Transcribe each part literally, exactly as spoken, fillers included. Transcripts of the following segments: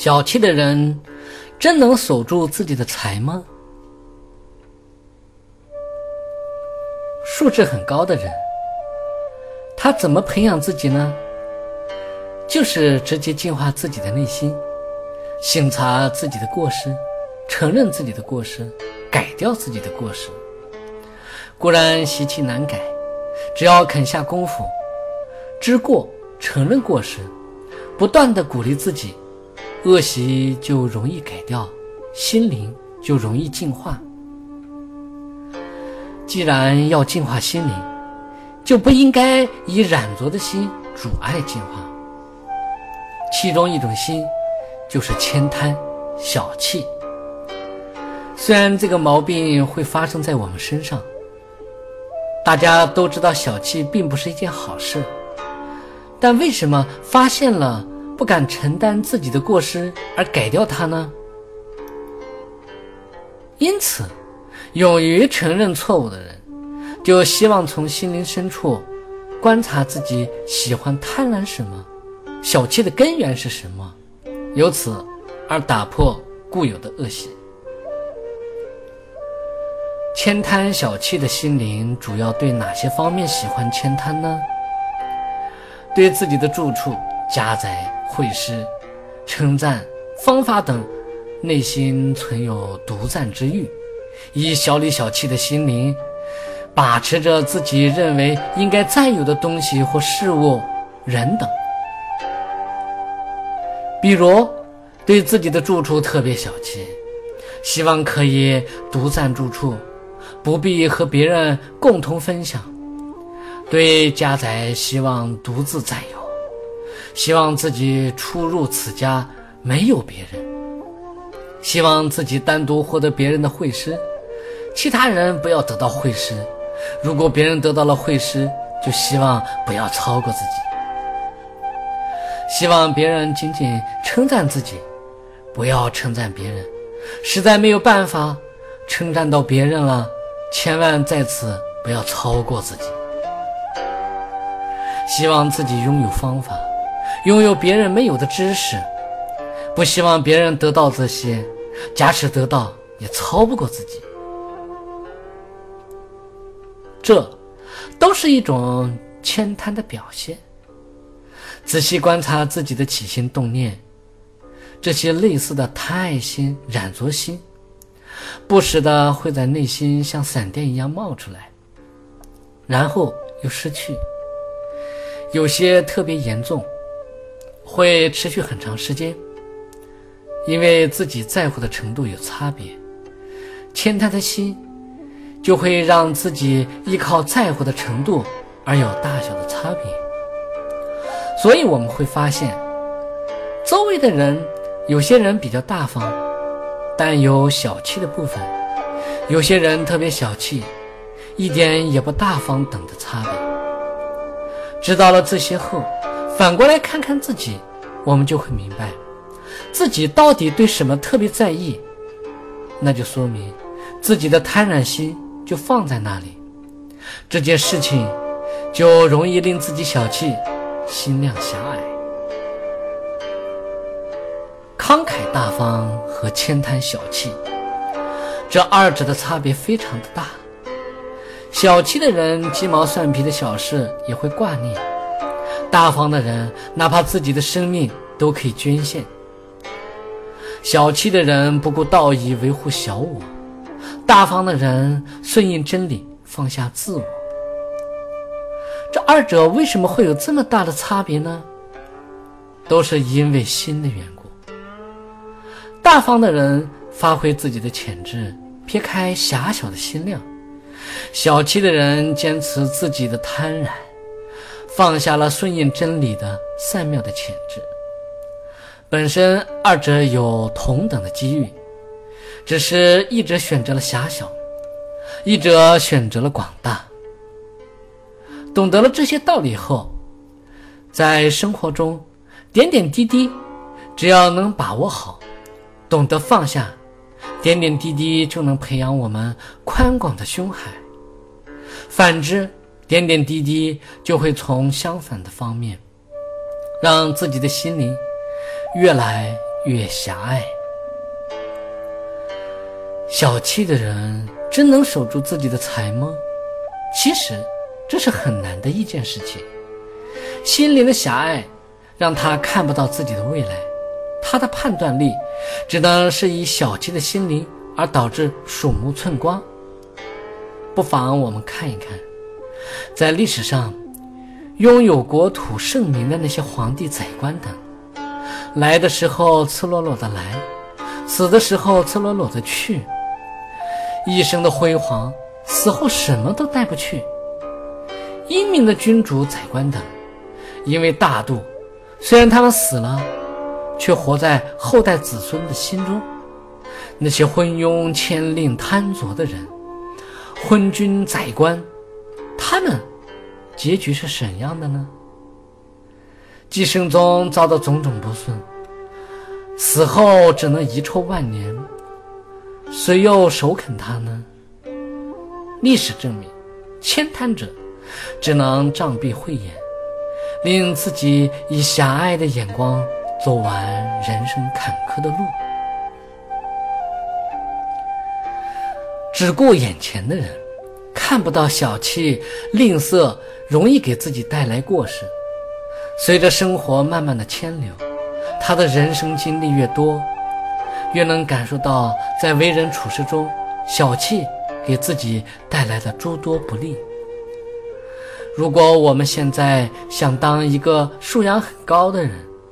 小气的人真能守住自己的财吗？素质很高的人，他怎么培养自己呢？就是直接净化自己的内心，省察自己的过失，承认自己的过失，改掉自己的过失。固然习气难改，只要肯下功夫，知过，承认过失，不断地鼓励自己，恶习就容易改掉，心灵就容易净化。既然要净化心灵，就不应该以染浊的心阻碍净化。其中一种心就是悭贪、小气。虽然这个毛病会发生在我们身上，大家都知道小气并不是一件好事，但为什么发现了不敢承担自己的过失而改掉它呢？因此，勇于承认错误的人，就希望从心灵深处观察自己喜欢贪婪什么，小气的根源是什么，由此而打破固有的恶习。悭贪小气的心灵主要对哪些方面喜欢悭贪呢？对自己的住处、家宅、会师、称赞、方法等，内心存有独占之欲，以小里小气的心灵把持着自己认为应该占有的东西或事物、人等。比如对自己的住处特别小气，希望可以独占住处，不必和别人共同分享；对家宅希望独自占有，希望自己出入此家没有别人，希望自己单独获得别人的会师，其他人不要得到会师，如果别人得到了会师，就希望不要超过自己，希望别人仅仅称赞自己，不要称赞别人，实在没有办法称赞到别人了，千万在此不要超过自己。希望自己拥有方法，拥有别人没有的知识，不希望别人得到这些，假使得到也超不过自己。这都是一种悭贪的表现。仔细观察自己的起心动念，这些类似的贪爱心、染浊心，不时的会在内心像闪电一样冒出来，然后又失去。有些特别严重，会持续很长时间，因为自己在乎的程度有差别，悭贪的心就会让自己依靠在乎的程度而有大小的差别。所以我们会发现，周围的人，有些人比较大方，但有小气的部分；有些人特别小气，一点也不大方等的差别。知道了这些后，反过来看看自己，我们就会明白自己到底对什么特别在意，那就说明自己的贪婪心就放在那里，这件事情就容易令自己小气，心量狭隘。慷慨大方和悭贪小气，这二者的差别非常的大。小气的人鸡毛蒜皮的小事也会挂念，大方的人哪怕自己的生命都可以捐献。小气的人不顾道义维护小我，大方的人顺应真理放下自我。这二者为什么会有这么大的差别呢？都是因为心的缘故。大方的人发挥自己的潜质，撇开狭小的心量；小气的人坚持自己的贪婪，放下了顺应真理的善妙的潜质。本身二者有同等的机遇，只是一者选择了狭小，一者选择了广大。懂得了这些道理后，在生活中点点滴滴只要能把握好，懂得放下，点点滴滴就能培养我们宽广的胸海。反之，点点滴滴就会从相反的方面，让自己的心灵越来越狭隘。小气的人真能守住自己的财吗？其实这是很难的一件事情。心灵的狭隘让他看不到自己的未来，他的判断力只能是以小气的心灵而导致鼠目寸光。不妨我们看一看，在历史上拥有国土盛名的那些皇帝宰官等，来的时候赤裸裸的来，死的时候赤裸裸的去，一生的辉煌，死后什么都带不去。英明的君主宰官等，因为大度，虽然他们死了，却活在后代子孙的心中。那些昏庸牵令贪浊的人，昏君宰官，他们结局是怎样的呢？寄生中遭到种种不顺，死后只能遗臭万年，谁又首肯他呢？历史证明，悭贪者只能障蔽慧眼，令自己以狭隘的眼光走完人生坎坷的路。只顾眼前的人，看不到小气吝啬容易给自己带来过失。随着生活慢慢的牵流，他的人生经历越多，越能感受到在为人处事中，小气给自己带来的诸多不利。如果我们现在想当一个素养很高的人，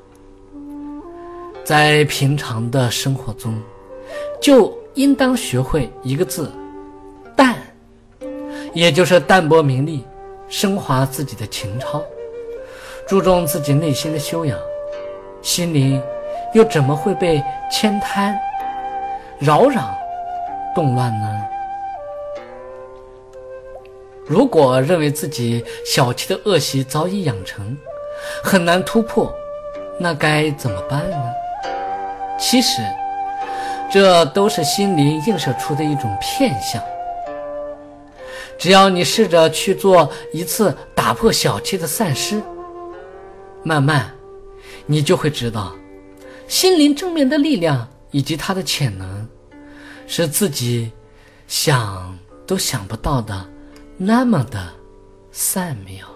在平常的生活中就应当学会一个字，淡，也就是淡泊名利，升华自己的情操，注重自己内心的修养，心灵又怎么会被悭贪扰攘动乱呢？如果认为自己小气的恶习早已养成，很难突破，那该怎么办呢？其实这都是心灵映射出的一种骗相。只要你试着去做一次打破小气的善事，慢慢你就会知道，心灵正面的力量以及它的潜能，是自己想都想不到的那么的善妙。